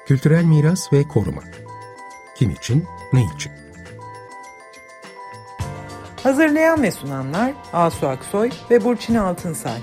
Kültürel miras ve koruma. Kim için, ne için? Hazırlayan ve sunanlar Asu Aksoy ve Burçin Altınsay.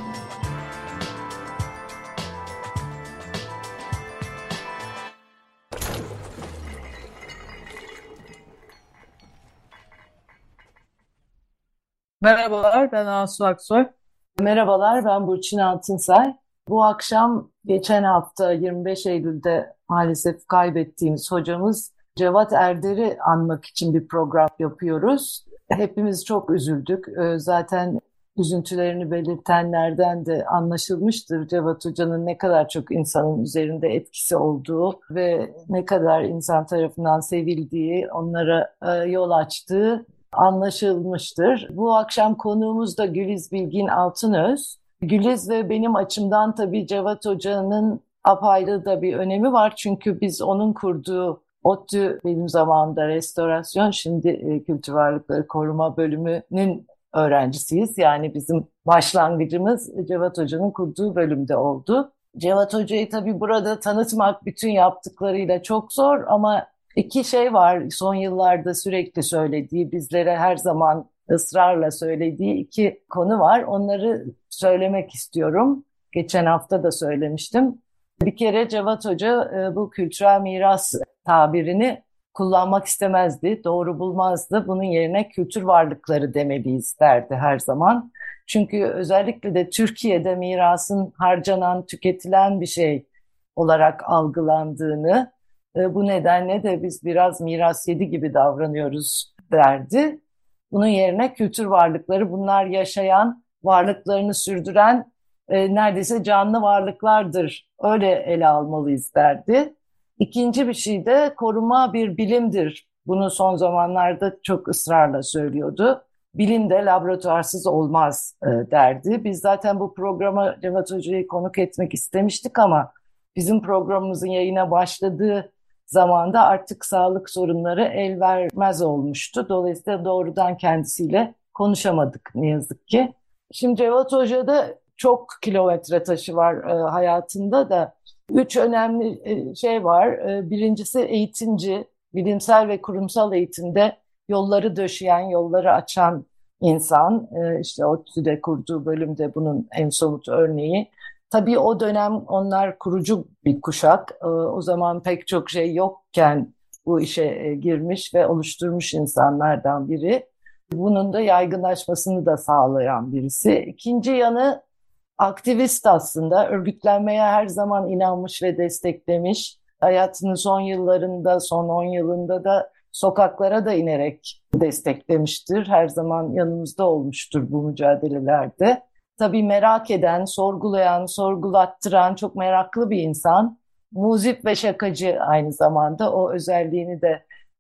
Merhabalar, ben Asu Aksoy. Merhabalar, ben Burçin Altınsay. Bu akşam geçen hafta 25 Eylül'de maalesef kaybettiğimiz hocamız Cevat Erder'i anmak için bir program yapıyoruz. Hepimiz çok üzüldük. Zaten üzüntülerini belirtenlerden de anlaşılmıştır Cevat Hoca'nın ne kadar çok insanın üzerinde etkisi olduğu ve ne kadar insan tarafından sevildiği, onlara yol açtığı anlaşılmıştır. Bu akşam konuğumuz da Güliz Bilgin Altınöz. Güliz ve benim açımdan tabii Cevat Hoca'nın apayrı da bir önemi var. Çünkü biz onun kurduğu ODTÜ benim zamanımda restorasyon, şimdi Kültür Varlıkları Koruma bölümünün öğrencisiyiz. Yani bizim başlangıcımız Cevat Hoca'nın kurduğu bölümde oldu. Cevat Hoca'yı tabii burada tanıtmak bütün yaptıklarıyla çok zor ama İki şey var son yıllarda sürekli söylediği, bizlere her zaman ısrarla söylediği iki konu var. Onları söylemek istiyorum. Geçen hafta da söylemiştim. Bir kere Cevat Hoca bu kültürel miras tabirini kullanmak istemezdi, doğru bulmazdı. Bunun yerine kültür varlıkları demeliyiz derdi her zaman. Çünkü özellikle de Türkiye'de mirasın harcanan, tüketilen bir şey olarak algılandığını, bu nedenle de biz biraz miras yedi gibi davranıyoruz derdi. Bunun yerine kültür varlıkları, bunlar yaşayan, varlıklarını sürdüren neredeyse canlı varlıklardır. Öyle ele almalıyız derdi. İkinci bir şey de koruma bir bilimdir. Bunu son zamanlarda çok ısrarla söylüyordu. Bilim de laboratuvarsız olmaz derdi. Biz zaten bu programa Cevat Hoca'yı konuk etmek istemiştik ama bizim programımızın yayına başladığı zamanda artık sağlık sorunları el vermez olmuştu. Dolayısıyla doğrudan kendisiyle konuşamadık ne yazık ki. Şimdi Cevat Hoca'da çok kilometre taşı var hayatında da. Üç önemli şey var. Birincisi eğitimci, bilimsel ve kurumsal eğitimde yolları döşeyen, yolları açan insan. İşte ODTÜ'de kurduğu bölümde bunun en somut örneği. Tabii o dönem onlar kurucu bir kuşak. O zaman pek çok şey yokken bu işe girmiş ve oluşturmuş insanlardan biri. Bunun da yaygınlaşmasını da sağlayan birisi. İkinci yanı aktivist aslında. Örgütlenmeye her zaman inanmış ve desteklemiş. Hayatının son yıllarında, son 10 yılında da sokaklara da inerek desteklemiştir. Her zaman yanımızda olmuştur bu mücadelelerde. Tabii merak eden, sorgulayan, sorgulattıran çok meraklı bir insan. Muzip ve şakacı aynı zamanda. O özelliğini de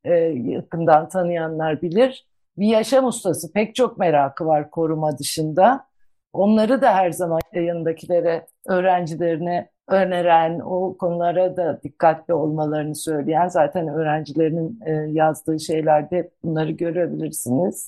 yakından tanıyanlar bilir. Bir yaşam ustası, pek çok merakı var koruma dışında. Onları da her zaman yanındakilere, öğrencilerine öneren, o konulara da dikkatli olmalarını söyleyen, zaten öğrencilerinin yazdığı şeylerde bunları görebilirsiniz.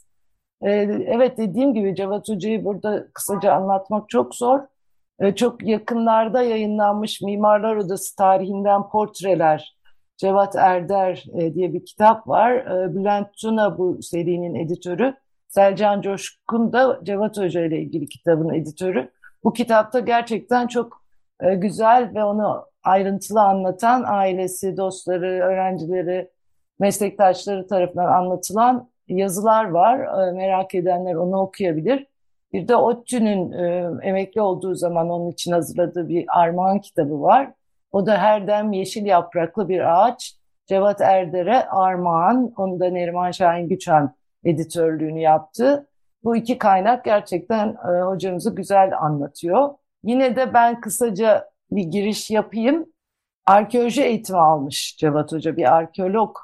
Evet, dediğim gibi Cevat Hoca'yı burada kısaca anlatmak çok zor. Çok yakınlarda yayınlanmış Mimarlar Odası tarihinden portreler, Cevat Erder diye bir kitap var. Bülent Tuna bu serinin editörü. Selcan Coşkun da Cevat Hoca ile ilgili kitabın editörü. Bu kitapta gerçekten çok güzel ve onu ayrıntılı anlatan ailesi, dostları, öğrencileri, meslektaşları tarafından anlatılan yazılar var. Merak edenler onu okuyabilir. Bir de ODTÜ'nün emekli olduğu zaman onun için hazırladığı bir armağan kitabı var. O da her dem yeşil yapraklı bir ağaç. Cevat Erder'e armağan. Onu da Neriman Şahin Güçhan editörlüğünü yaptı. Bu iki kaynak gerçekten hocamızı güzel anlatıyor. Yine de ben kısaca bir giriş yapayım. Arkeoloji eğitimi almış Cevat Hoca, bir arkeolog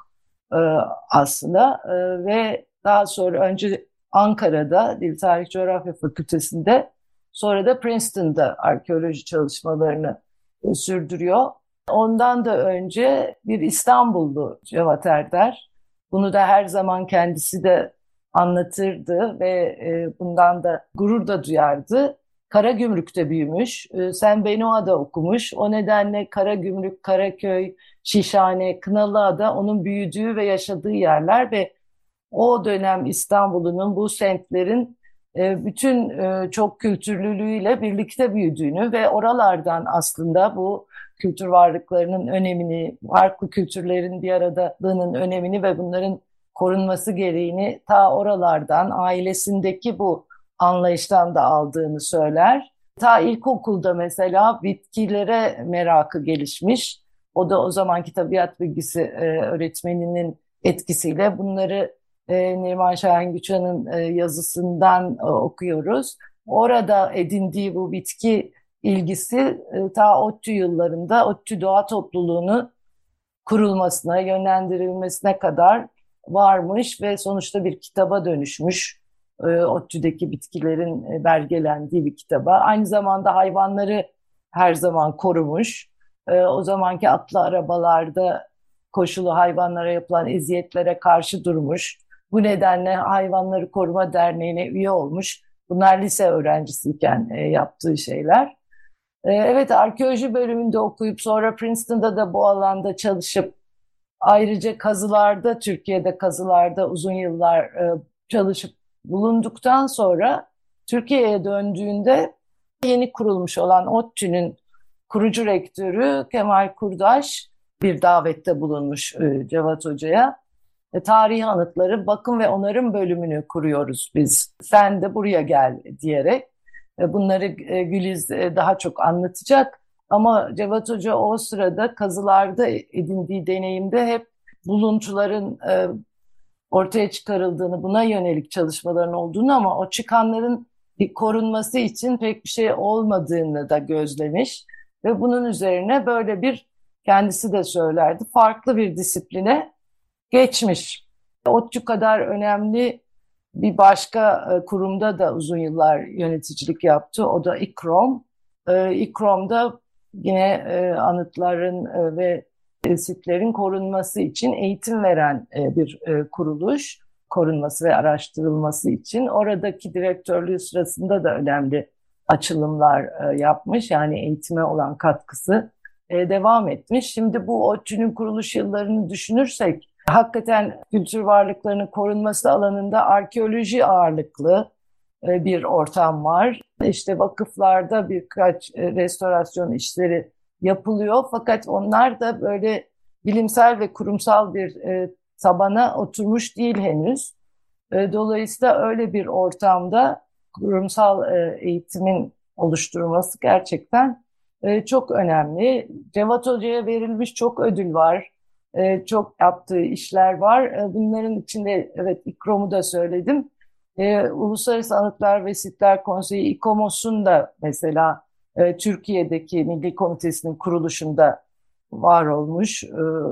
aslında ve daha sonra önce Ankara'da Dil Tarih Coğrafya Fakültesi'nde, sonra da Princeton'da arkeoloji çalışmalarını sürdürüyor. Ondan da önce bir İstanbullu Cevat Erder. Bunu da her zaman kendisi de anlatırdı ve bundan da gurur da duyardı. Karagümrük'te büyümüş. Sen Benoa'da okumuş. O nedenle Karagümrük, Karaköy, Şişhane, Kınalıada onun büyüdüğü ve yaşadığı yerler ve o dönem İstanbul'un bu semtlerin bütün çok kültürlülüğüyle birlikte büyüdüğünü ve oralardan aslında bu kültür varlıklarının önemini, farklı kültürlerin bir aradalığının önemini ve bunların korunması gereğini ta oralardan, ailesindeki bu anlayıştan da aldığını söyler. Ta ilkokulda mesela bitkilere merakı gelişmiş. O da o zamanki tabiat bilgisi öğretmeninin etkisiyle bunları Neriman Şahin Güçan'ın yazısından okuyoruz. Orada edindiği bu bitki ilgisi ta ODTÜ yıllarında ODTÜ Doğa Topluluğu'nu kurulmasına, yönlendirilmesine kadar varmış ve sonuçta bir kitaba dönüşmüş. ODTÜ'deki bitkilerin belgelendiği bir kitaba. Aynı zamanda hayvanları her zaman korumuş. O zamanki atlı arabalarda koşulu hayvanlara yapılan eziyetlere karşı durmuş. Bu nedenle Hayvanları Koruma Derneği'ne üye olmuş. Bunlar lise öğrencisiyken yaptığı şeyler. Evet, arkeoloji bölümünde okuyup sonra Princeton'da da bu alanda çalışıp ayrıca kazılarda, Türkiye'de kazılarda uzun yıllar çalışıp bulunduktan sonra Türkiye'ye döndüğünde yeni kurulmuş olan ODTÜ'nün kurucu rektörü Kemal Kurdaş bir davette bulunmuş Cevat Hoca'ya. Tarihi anıtları bakım ve onarım bölümünü kuruyoruz biz. Sen de buraya gel diyerek. Bunları Güliz daha çok anlatacak. Ama Cevat Hoca o sırada kazılarda edindiği deneyimde hep buluntuların ortaya çıkarıldığını, buna yönelik çalışmaların olduğunu ama o çıkanların bir korunması için pek bir şey olmadığını da gözlemiş. Ve bunun üzerine böyle bir, kendisi de söylerdi, farklı bir disipline geçmiş. ODTÜ kadar önemli bir başka kurumda da uzun yıllar yöneticilik yaptı. O da İKROM. İKROM'da yine anıtların ve sitlerin korunması için eğitim veren bir kuruluş. Korunması ve araştırılması için. Oradaki direktörlüğü sırasında da önemli açılımlar yapmış. Yani eğitime olan katkısı devam etmiş. Şimdi bu ODTÜ'nün kuruluş yıllarını düşünürsek hakikaten kültür varlıklarının korunması alanında arkeoloji ağırlıklı bir ortam var. İşte vakıflarda birkaç restorasyon işleri yapılıyor. Fakat onlar da böyle bilimsel ve kurumsal bir tabana oturmuş değil henüz. Dolayısıyla öyle bir ortamda kurumsal eğitimin oluşturulması gerçekten çok önemli. Cevat Hoca'ya verilmiş çok ödül var. Çok yaptığı işler var. Bunların içinde evet İKROM'u da söyledim. Uluslararası Anıtlar ve Sitler Konseyi İKOMOS'un da mesela Türkiye'deki Milli Komitesi'nin kuruluşunda var olmuş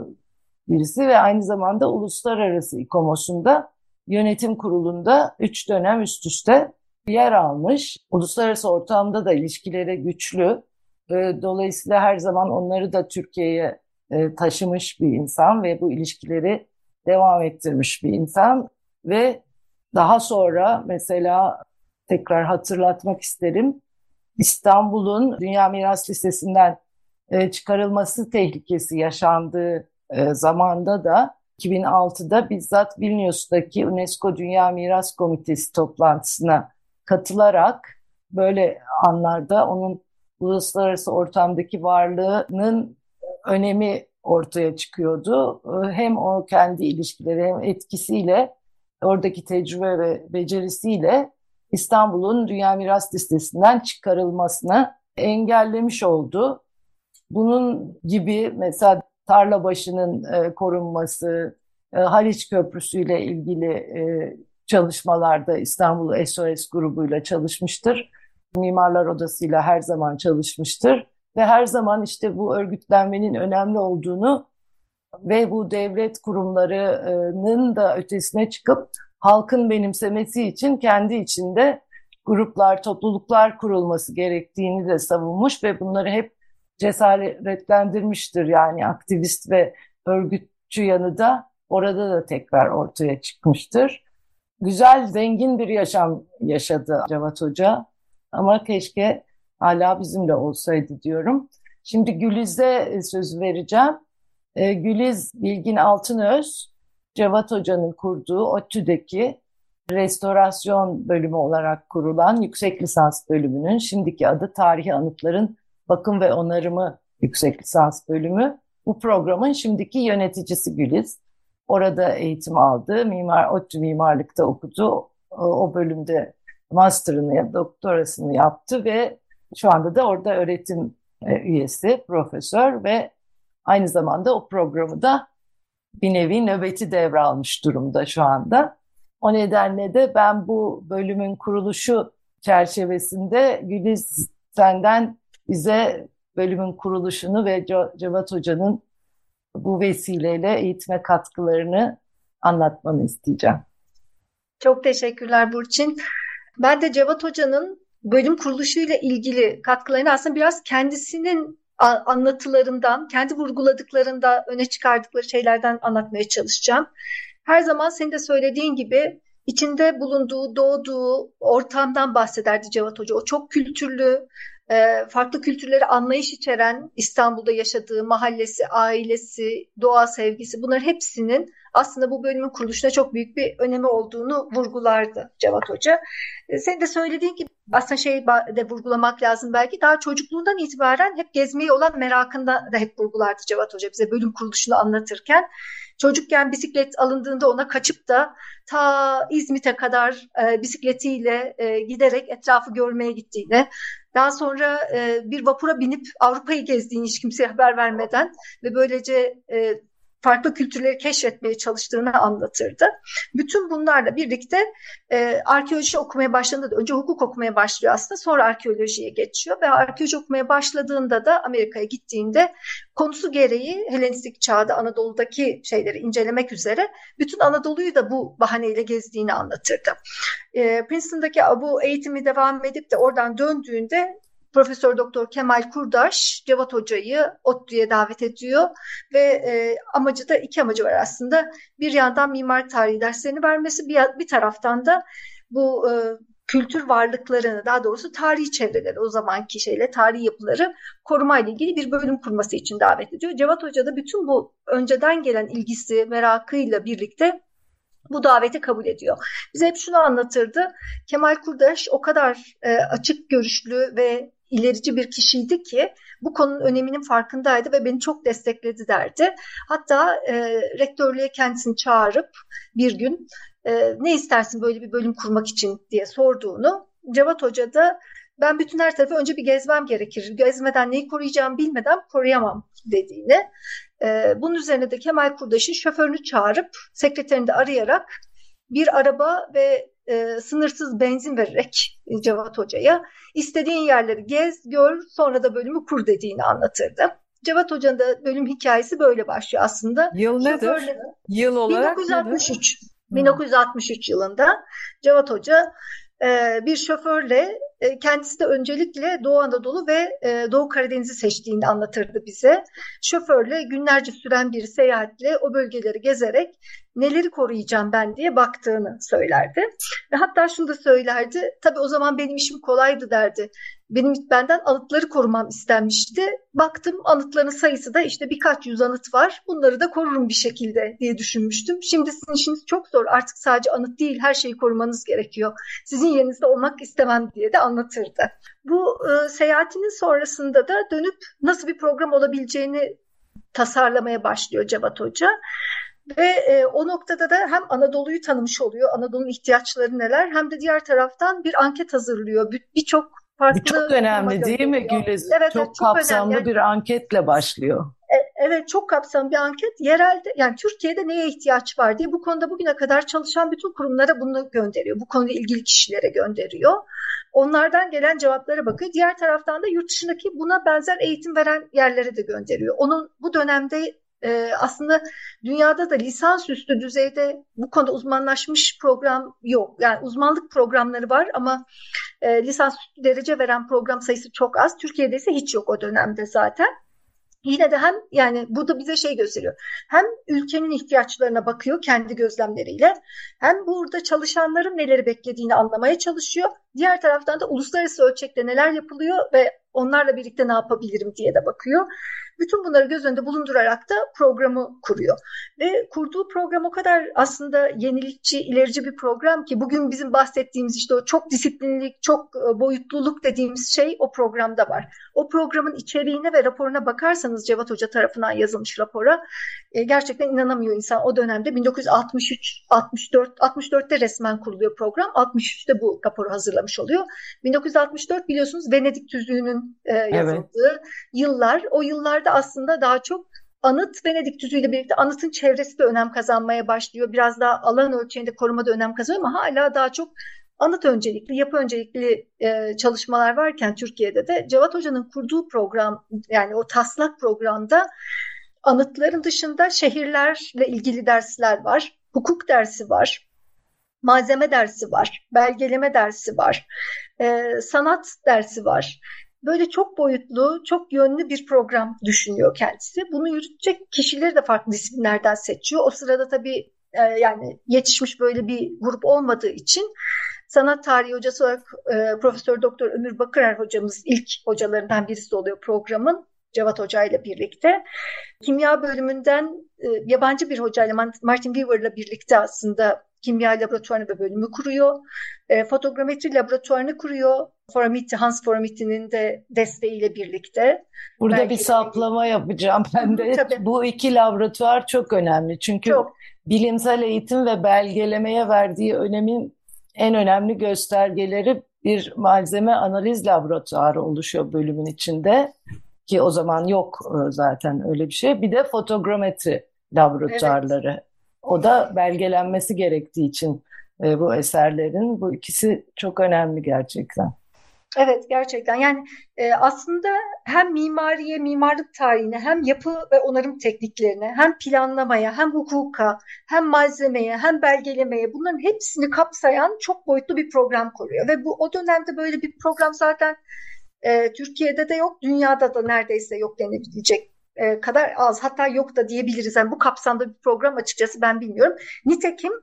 birisi ve aynı zamanda Uluslararası İKOMOS'un da yönetim kurulunda 3 dönem üst üste yer almış. Uluslararası ortamda da ilişkileri güçlü. Dolayısıyla her zaman onları da Türkiye'ye taşımış bir insan ve bu ilişkileri devam ettirmiş bir insan ve daha sonra mesela tekrar hatırlatmak isterim, İstanbul'un Dünya Miras Listesi'nden çıkarılması tehlikesi yaşandığı zamanda da 2006'da bizzat Vilnius'taki UNESCO Dünya Miras Komitesi toplantısına katılarak böyle anlarda onun uluslararası ortamdaki varlığının önemi ortaya çıkıyordu. Hem o kendi ilişkileri hem etkisiyle, oradaki tecrübe ve becerisiyle İstanbul'un Dünya Miras Listesi'nden çıkarılmasını engellemiş oldu. Bunun gibi mesela Tarlabaşı'nın korunması, Haliç Köprüsü ile ilgili çalışmalarda İstanbul SOS grubuyla çalışmıştır. Mimarlar Odası'yla her zaman çalışmıştır. Ve her zaman işte bu örgütlenmenin önemli olduğunu ve bu devlet kurumlarının da ötesine çıkıp halkın benimsemesi için kendi içinde gruplar, topluluklar kurulması gerektiğini de savunmuş ve bunları hep cesaretlendirmiştir. Yani aktivist ve örgütçü yanı da orada da tekrar ortaya çıkmıştır. Güzel, zengin bir yaşam yaşadı Cevat Hoca. ama keşke hala bizimle olsaydı diyorum. Şimdi Güliz'e söz vereceğim. Güliz Bilgin Altınöz, Cevat Hoca'nın kurduğu ODTÜ'deki restorasyon bölümü olarak kurulan yüksek lisans bölümünün şimdiki adı Tarihi Anıtların Bakım ve Onarımı yüksek lisans bölümü. Bu programın şimdiki yöneticisi Güliz. Orada eğitim aldı. ODTÜ mimarlıkta okudu. O bölümde master'ını, doktorasını yaptı ve şu anda da orada öğretim üyesi, profesör ve aynı zamanda o programı da bir nevi nöbeti devralmış durumda şu anda. O nedenle de ben bu bölümün kuruluşu çerçevesinde Güliz senden bize bölümün kuruluşunu ve Cevat Hoca'nın bu vesileyle eğitime katkılarını anlatmanı isteyeceğim. Çok teşekkürler Burçin. Ben de Cevat Hoca'nın bölüm kuruluşuyla ilgili katkılarını aslında biraz kendisinin anlatılarından, kendi vurguladıklarında öne çıkardıkları şeylerden anlatmaya çalışacağım. Her zaman senin de söylediğin gibi içinde bulunduğu, doğduğu ortamdan bahsederdi Cevat Hoca. O çok kültürlü, farklı kültürleri anlayış içeren İstanbul'da yaşadığı mahallesi, ailesi, doğa sevgisi, bunların hepsinin aslında bu bölümün kuruluşuna çok büyük bir önemi olduğunu vurgulardı Cevat Hoca. Senin de söylediğin gibi aslında şey de vurgulamak lazım belki, daha çocukluğundan itibaren hep gezmeye olan merakında da hep vurgulardı Cevat Hoca bize bölüm kuruluşunu anlatırken. Çocukken bisiklet alındığında ona kaçıp da ta İzmit'e kadar bisikletiyle giderek etrafı görmeye gittiğini, daha sonra bir vapura binip Avrupa'yı gezdiğini hiç kimseye haber vermeden ve böylece farklı kültürleri keşfetmeye çalıştığını anlatırdı. Bütün bunlarla birlikte arkeoloji okumaya başladığında da önce hukuk okumaya başlıyor aslında, sonra arkeolojiye geçiyor ve arkeoloji okumaya başladığında da Amerika'ya gittiğinde konusu gereği Helenistik çağda Anadolu'daki şeyleri incelemek üzere bütün Anadolu'yu da bu bahaneyle gezdiğini anlatırdı. Princeton'daki bu eğitimi devam edip de oradan döndüğünde Profesör Doktor Kemal Kurdaş Cevat Hoca'yı ODTÜ'ye davet ediyor ve iki amacı var aslında. Bir yandan mimarlık tarihi derslerini vermesi, bir taraftan da bu kültür varlıklarını, daha doğrusu tarihi çevreleri, o zamanki tarihi yapıları korumayla ilgili bir bölüm kurması için davet ediyor. Cevat Hoca da bütün bu önceden gelen ilgisi, merakıyla birlikte bu daveti kabul ediyor. Bize hep şunu anlatırdı. Kemal Kurdaş o kadar açık görüşlü ve ilerici bir kişiydi ki bu konunun öneminin farkındaydı ve beni çok destekledi derdi. Hatta rektörlüğe kendisini çağırıp bir gün ne istersin böyle bir bölüm kurmak için diye sorduğunu, Cevat Hoca da ben bütün her tarafı önce bir gezmem gerekir. Gezmeden neyi koruyacağımı bilmeden koruyamam dediğini. Bunun üzerine de Kemal Kurdaş'ın şoförünü çağırıp sekreterini de arayarak bir araba ve sınırsız benzin vererek Cevat Hoca'ya istediğin yerleri gez, gör, sonra da bölümü kur dediğini anlatırdı. Cevat Hoca'nın da bölüm hikayesi böyle başlıyor aslında. Yıl nedir? Yıl olarak 1963. 1963 yılında Cevat Hoca bir şoförle, kendisi de öncelikle Doğu Anadolu ve Doğu Karadeniz'i seçtiğini anlatırdı bize. Şoförle günlerce süren bir seyahatle o bölgeleri gezerek neleri koruyacağım ben diye baktığını söylerdi. Ve hatta şunu da söylerdi, tabii o zaman benim işim kolaydı derdi. Benden anıtları korumam istenmişti. Baktım anıtların sayısı da işte birkaç yüz anıt var. Bunları da korurum bir şekilde diye düşünmüştüm. Şimdi sizin işiniz çok zor. Artık sadece anıt değil, her şeyi korumanız gerekiyor. Sizin yerinizde olmak istemem diye de anlatırdı. Bu seyahatinin sonrasında da dönüp nasıl bir program olabileceğini tasarlamaya başlıyor Cevat Hoca. Ve o noktada da hem Anadolu'yu tanımış oluyor, Anadolu'nun ihtiyaçları neler, hem de diğer taraftan bir anket hazırlıyor. Birçok farklı... Bu çok önemli değil mi Güliz? Evet, çok kapsamlı önemli. Bir anketle başlıyor. Evet, çok kapsamlı bir anket. Yerelde, yani Türkiye'de neye ihtiyaç var diye bu konuda bugüne kadar çalışan bütün kurumlara bunu gönderiyor. Bu konuyla ilgili kişilere gönderiyor. Onlardan gelen cevaplara bakıyor. Diğer taraftan da yurt dışındaki buna benzer eğitim veren yerlere de gönderiyor. Onun bu dönemde aslında dünyada da lisansüstü düzeyde bu konuda uzmanlaşmış program yok. Yani uzmanlık programları var ama lisansüstü derece veren program sayısı çok az. Türkiye'de ise hiç yok o dönemde zaten. Yine de hem yani bu da bize şey gösteriyor. Hem ülkenin ihtiyaçlarına bakıyor kendi gözlemleriyle, hem burada çalışanların neleri beklediğini anlamaya çalışıyor. Diğer taraftan da uluslararası ölçekte neler yapılıyor ve onlarla birlikte ne yapabilirim diye de bakıyor. Bütün bunları göz önünde bulundurarak da programı kuruyor. Ve kurduğu program o kadar aslında yenilikçi, ilerici bir program ki bugün bizim bahsettiğimiz işte o çok disiplinlilik, çok boyutluluk dediğimiz şey o programda var. O programın içeriğine ve raporuna bakarsanız Cevat Hoca tarafından yazılmış rapora gerçekten inanamıyor insan. O dönemde 1963-64'te resmen kuruluyor program. 63'te bu raporu hazırlamış oluyor. 1964 biliyorsunuz Venedik Tüzüğü'nün yazıldığı yıllar. O yıllarda aslında daha çok anıt Venedik Tüzüğü'yle birlikte anıtın çevresi de önem kazanmaya başlıyor. Biraz daha alan ölçeğinde korumada önem kazanıyor ama hala daha çok anıt öncelikli, yapı öncelikli çalışmalar varken Türkiye'de de Cevat Hoca'nın kurduğu program, yani o taslak programda anıtların dışında şehirlerle ilgili dersler var, hukuk dersi var, malzeme dersi var, belgeleme dersi var, sanat dersi var. Böyle çok boyutlu, çok yönlü bir program düşünüyor kendisi. Bunu yürütecek kişileri de farklı disiplinlerden seçiyor. O sırada tabii yani yetişmiş böyle bir grup olmadığı için sanat tarihi hocası olarak Profesör Doktor Ömür Bakırer hocamız ilk hocalarından birisi oluyor programın. Cevat Hoca ile birlikte. Kimya bölümünden yabancı bir hocayla Martin Weaver ile birlikte aslında kimya laboratuvarını ve bölümü kuruyor. Fotogrametri laboratuvarını kuruyor. Hans Foramitti'nin de desteğiyle birlikte. Burada belki bir saplama yapacağım ben de. Tabii. Bu iki laboratuvar çok önemli. Çünkü bilimsel eğitim ve belgelemeye verdiği önemin en önemli göstergeleri bir malzeme analiz laboratuvarı oluşuyor bölümün içinde. Ki o zaman yok zaten öyle bir şey. Bir de fotogrametri laboratuvarları. Evet. O da belgelenmesi gerektiği için bu eserlerin bu ikisi çok önemli gerçekten. Evet, gerçekten yani aslında hem mimariye, mimarlık tarihine, hem yapı ve onarım tekniklerine, hem planlamaya, hem hukuka, hem malzemeye, hem belgelemeye, bunların hepsini kapsayan çok boyutlu bir program kuruyor. Ve bu o dönemde böyle bir program zaten Türkiye'de de yok, dünyada da neredeyse yok denebilecek kadar az, hatta yok da diyebiliriz. Yani bu kapsamda bir program açıkçası ben bilmiyorum. Nitekim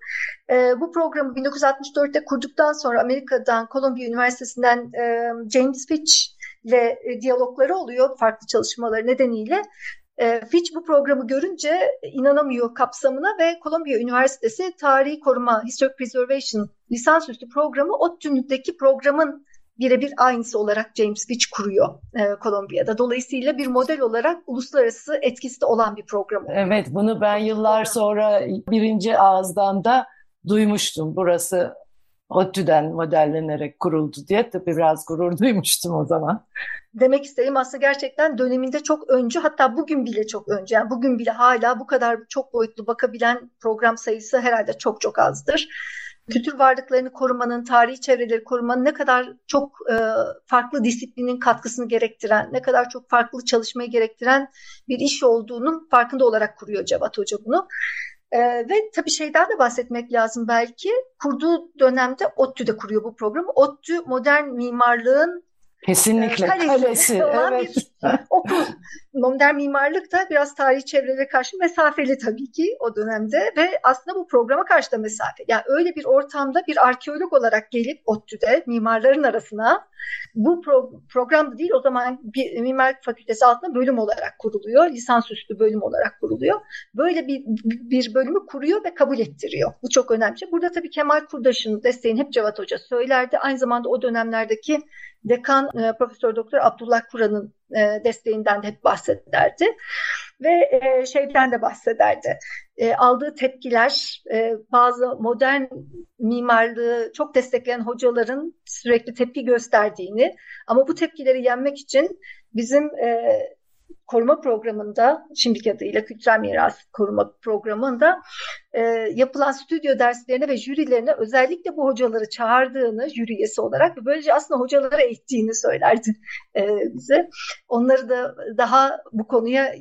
bu programı 1964'te kurduktan sonra Amerika'dan, Columbia Üniversitesi'nden James Fitch ile diyalogları oluyor farklı çalışmaları nedeniyle. Fitch bu programı görünce inanamıyor kapsamına ve Columbia Üniversitesi Tarihi Koruma, Historic Preservation lisansüstü programı ODTÜ'deki programın birebir aynısı olarak James Fitch kuruyor Columbia'da. Dolayısıyla bir model olarak uluslararası etkisi de olan bir program oluyor. Evet, bunu ben yıllar sonra birinci ağızdan da duymuştum. Burası ODTÜ'den modellenerek kuruldu diye. Tabii biraz gurur duymuştum o zaman. Demek istedim aslında gerçekten döneminde çok öncü, hatta bugün bile çok öncü. Yani bugün bile hala bu kadar çok boyutlu bakabilen program sayısı herhalde çok çok azdır. Kültür varlıklarını korumanın, tarihi çevreleri korumanın ne kadar çok farklı disiplinin katkısını gerektiren, ne kadar çok farklı çalışmayı gerektiren bir iş olduğunun farkında olarak kuruyor Cevat Hoca bunu. Ve tabii şeyden de bahsetmek lazım belki. Kurduğu dönemde ODTÜ'de kuruyor bu programı. ODTÜ modern mimarlığın kesinlikle kalesi. Evet. Okul. Modern mimarlık da biraz tarihi çevrelere karşı mesafeli tabii ki o dönemde ve aslında bu programa karşı da mesafeli. Yani öyle bir ortamda bir arkeolog olarak gelip ODTÜ'de mimarların arasına, bu program değil, o zaman bir mimarlık fakültesi altında bölüm olarak kuruluyor. Lisansüstü bölüm olarak kuruluyor. Böyle bir bölümü kuruyor ve kabul ettiriyor. Bu çok önemli. Burada tabii Kemal Kurdaş'ın desteğini hep Cevat Hoca söylerdi. Aynı zamanda o dönemlerdeki dekan Profesör Doktor Abdullah Kur'an'ın desteğinden de hep bahsederdi ve şeyden de bahsederdi. Aldığı tepkiler, bazı modern mimarlığı çok destekleyen hocaların sürekli tepki gösterdiğini, ama bu tepkileri yenmek için bizim koruma programında, şimdiki adıyla Kültürel Miras Koruma Programı'nda yapılan stüdyo derslerine ve jürilerine özellikle bu hocaları çağırdığını, jüri üyesi olarak, ve böylece aslında hocalara eğittiğini söylerdi bize. Onları da daha bu konuya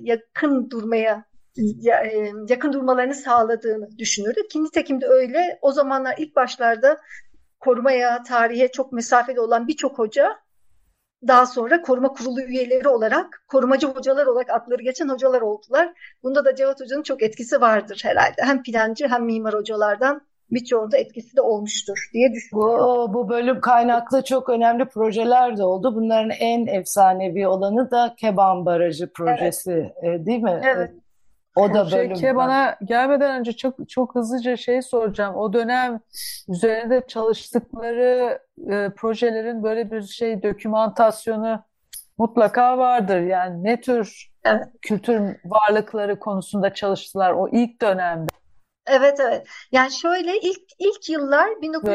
yakın durmalarını sağladığını düşünürdü. Ki nitekim de öyle. O zamanlar ilk başlarda korumaya, tarihe çok mesafeli olan birçok hoca daha sonra koruma kurulu üyeleri olarak, korumacı hocalar olarak adları geçen hocalar oldular. Bunda da Cevat Hoca'nın çok etkisi vardır herhalde. Hem plancı hem mimar hocalardan birçoğunda etkisi de olmuştur diye düşünüyorum. Bu bölüm kaynaklı çok önemli projeler de oldu. Bunların en efsanevi olanı da Keban Barajı projesi, değil mi? Evet. O da bölüm. Keban'a gelmeden önce çok hızlıca soracağım. O dönem üzerinde çalıştıkları projelerin böyle bir dokümantasyonu mutlaka vardır. Yani ne tür kültür varlıkları konusunda çalıştılar o ilk dönemde? Evet. Yani şöyle ilk yıllar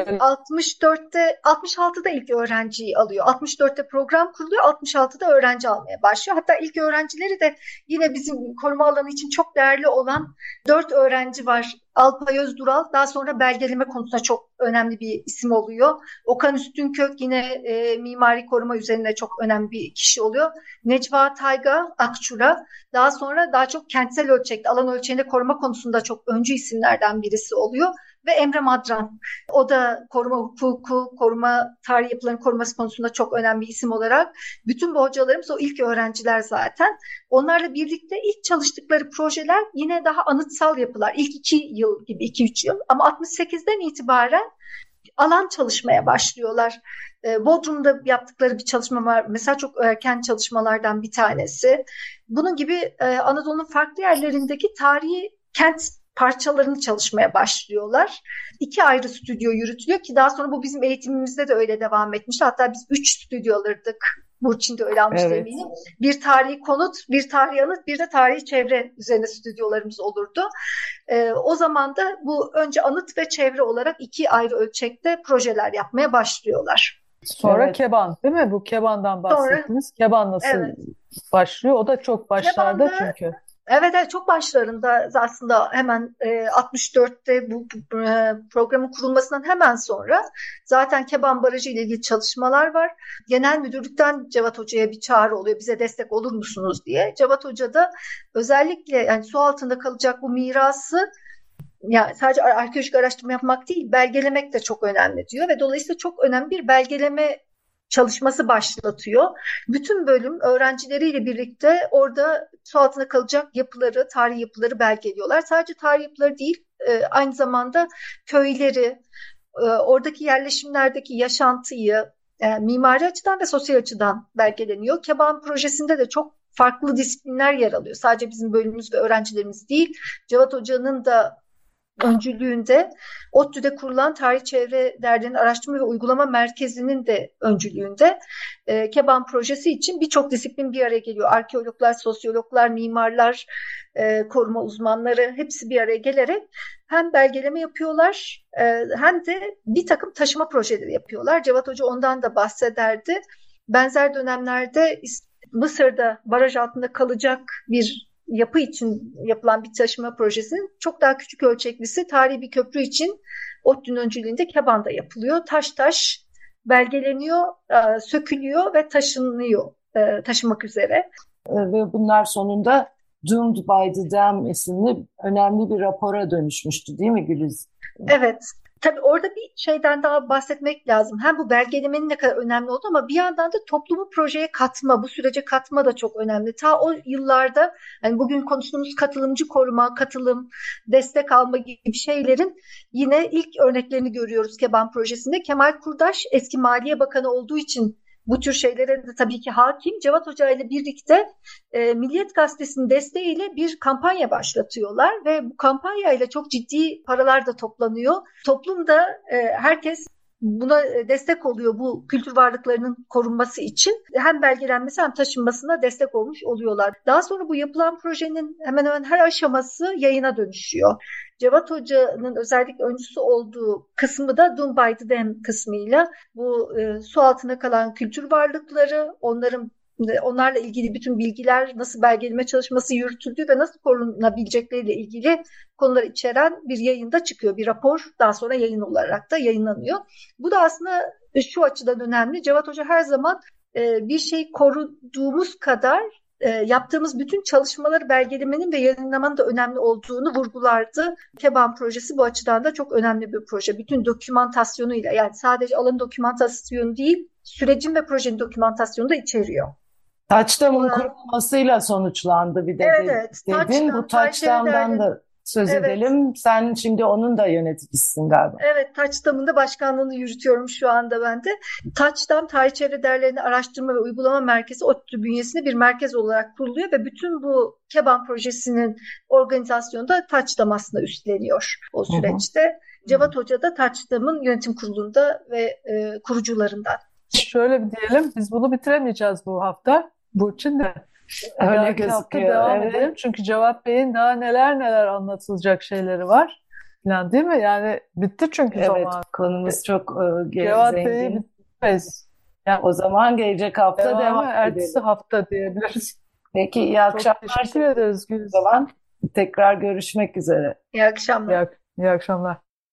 1964'te 66'da ilk öğrenciyi alıyor. 64'te program kuruluyor, 66'da öğrenci almaya başlıyor. Hatta ilk öğrencileri de yine bizim koruma alanı için çok değerli olan 4 öğrenci var. Alpay Özdural daha sonra belgeleme konusunda çok önemli bir isim oluyor. Okan Üstünkök yine mimari koruma üzerine çok önemli bir kişi oluyor. Necva Tayga Akçura daha sonra daha çok kentsel ölçekte, alan ölçeğinde koruma konusunda çok öncü isimlerden birisi oluyor. Ve Emre Madran. O da koruma hukuku, koruma tarihi yapıların koruması konusunda çok önemli bir isim olarak. Bütün bu hocalarımız o ilk öğrenciler zaten. Onlarla birlikte ilk çalıştıkları projeler yine daha anıtsal yapılar. İlk 2 yıl gibi, 2-3 yıl. Ama 68'den itibaren alan çalışmaya başlıyorlar. Bodrum'da yaptıkları bir çalışma var. Mesela çok erken çalışmalardan bir tanesi. Bunun gibi Anadolu'nun farklı yerlerindeki tarihi kent parçalarını çalışmaya başlıyorlar. 2 ayrı stüdyo yürütülüyor ki daha sonra bu bizim eğitimimizde de öyle devam etmiş. Hatta biz 3 stüdyo alırdık. Burçin de öyle almıştı eminim. Bir tarihi konut, bir tarihi anıt, bir de tarihi çevre üzerine stüdyolarımız olurdu. O zaman da bu önce anıt ve çevre olarak 2 ayrı ölçekte projeler yapmaya başlıyorlar. Sonra Keban, değil mi? Bu Keban'dan bahsettiniz. Sonra, Keban nasıl başlıyor? O da çok başlarda çünkü. Evet, çok başlarında aslında hemen 64'te bu programın kurulmasından hemen sonra zaten Keban Barajı ile ilgili çalışmalar var. Genel Müdürlükten Cevat Hoca'ya bir çağrı oluyor. Bize destek olur musunuz diye. Cevat Hoca da özellikle yani su altında kalacak bu mirası yani sadece arkeolojik araştırma yapmak değil, belgelemek de çok önemli diyor ve dolayısıyla çok önemli bir belgeleme çalışması başlatıyor. Bütün bölüm öğrencileriyle birlikte orada su altında kalacak yapıları, tarihi yapıları belgeliyorlar. Sadece tarihi yapıları değil, aynı zamanda köyleri, oradaki yerleşimlerdeki yaşantıyı, mimari açıdan ve sosyal açıdan belgeleniyor. Keban projesinde de çok farklı disiplinler yer alıyor. Sadece bizim bölümümüz ve öğrencilerimiz değil, Cevat Hoca'nın da öncülüğünde ODTÜ'de kurulan Tarih Çevre Derneği'nin Araştırma ve Uygulama Merkezi'nin de öncülüğünde Keban projesi için birçok disiplin bir araya geliyor. Arkeologlar, sosyologlar, mimarlar, koruma uzmanları hepsi bir araya gelerek hem belgeleme yapıyorlar hem de bir takım taşıma projeleri yapıyorlar. Cevat Hoca ondan da bahsederdi. Benzer dönemlerde Mısır'da baraj altında kalacak bir yapı için yapılan bir taşıma projesinin çok daha küçük ölçeklisi tarihi bir köprü için ODTÜ'nün öncülüğünde Keban'da yapılıyor. Taş belgeleniyor, sökülüyor ve taşınıyor taşımak üzere. Ve bunlar sonunda Doomed by the Dam isimli önemli bir rapora dönüşmüştü değil mi Güliz? Evet. Tabii orada bir şeyden daha bahsetmek lazım. Hem bu belgelemenin ne kadar önemli olduğu ama bir yandan da toplumu projeye katma, bu sürece katma da çok önemli. Ta o yıllarda yani bugün konuştuğumuz katılımcı koruma, katılım, destek alma gibi şeylerin yine ilk örneklerini görüyoruz Keban projesinde. Kemal Kurdaş eski Maliye Bakanı olduğu için bu tür şeylere de tabii ki hakim. Cevat Hoca ile birlikte Milliyet Gazetesi'nin desteğiyle bir kampanya başlatıyorlar ve bu kampanya ile çok ciddi paralar da toplanıyor. Toplumda herkes buna destek oluyor bu kültür varlıklarının korunması için. Hem belgelenmesi hem taşınmasına destek olmuş oluyorlar. Daha sonra bu yapılan projenin hemen hemen her aşaması yayına dönüşüyor. Cevat Hoca'nın özellikle öncüsü olduğu kısmı da Doomed by the Dam kısmıyla bu su altında kalan kültür varlıkları, onlarla ilgili bütün bilgiler, nasıl belgeleme çalışması yürütüldüğü ve nasıl korunabilecekleriyle ilgili konuları içeren bir yayında çıkıyor. Bir rapor daha sonra yayın olarak da yayınlanıyor. Bu da aslında şu açıdan önemli. Cevat Hoca her zaman bir şeyi koruduğumuz kadar yaptığımız bütün çalışmaları belgelemenin ve yayınlamanın da önemli olduğunu vurgulardı. KEBAM projesi bu açıdan da çok önemli bir proje. Bütün dokümantasyonuyla, yani sadece alanın dokümantasyonu değil, sürecin ve projenin dokümantasyonu da içeriyor. Touchdown'un kurulmasıyla sonuçlandı bir de Evet, dedin. Bu Touchdown'dan da söz edelim. Sen şimdi onun da yöneticisisin galiba. Evet, Touchdown'un da başkanlığını yürütüyorum şu anda ben de. Touchdown, Tarih Çevre Değerlerini Araştırma ve Uygulama Merkezi ODTÜ bünyesinde bir merkez olarak kuruluyor ve bütün bu KEBAM projesinin organizasyonu da Touchdown aslında üstleniyor o süreçte. Cevat Hoca da Touchdown'un yönetim kurulunda ve kurucularından. Şöyle bir diyelim, biz bunu bitiremeyeceğiz bu hafta. Burçin de. Öyle Belki hafta gözüküyor. devam Evet. edelim. Çünkü Cevat Bey'in daha neler anlatılacak şeyleri var. Falan değil mi? Yani bitti çünkü Evet, zaman. konumuz çok Cevat Bey'i zengin. bitmez. Yani O zaman gelecek hafta devam ertesi edelim. hafta diyebiliriz. Peki, iyi Çok akşamlar. teşekkür ederiz O Güliz. zaman tekrar görüşmek üzere. İyi akşamlar. İyi akşamlar.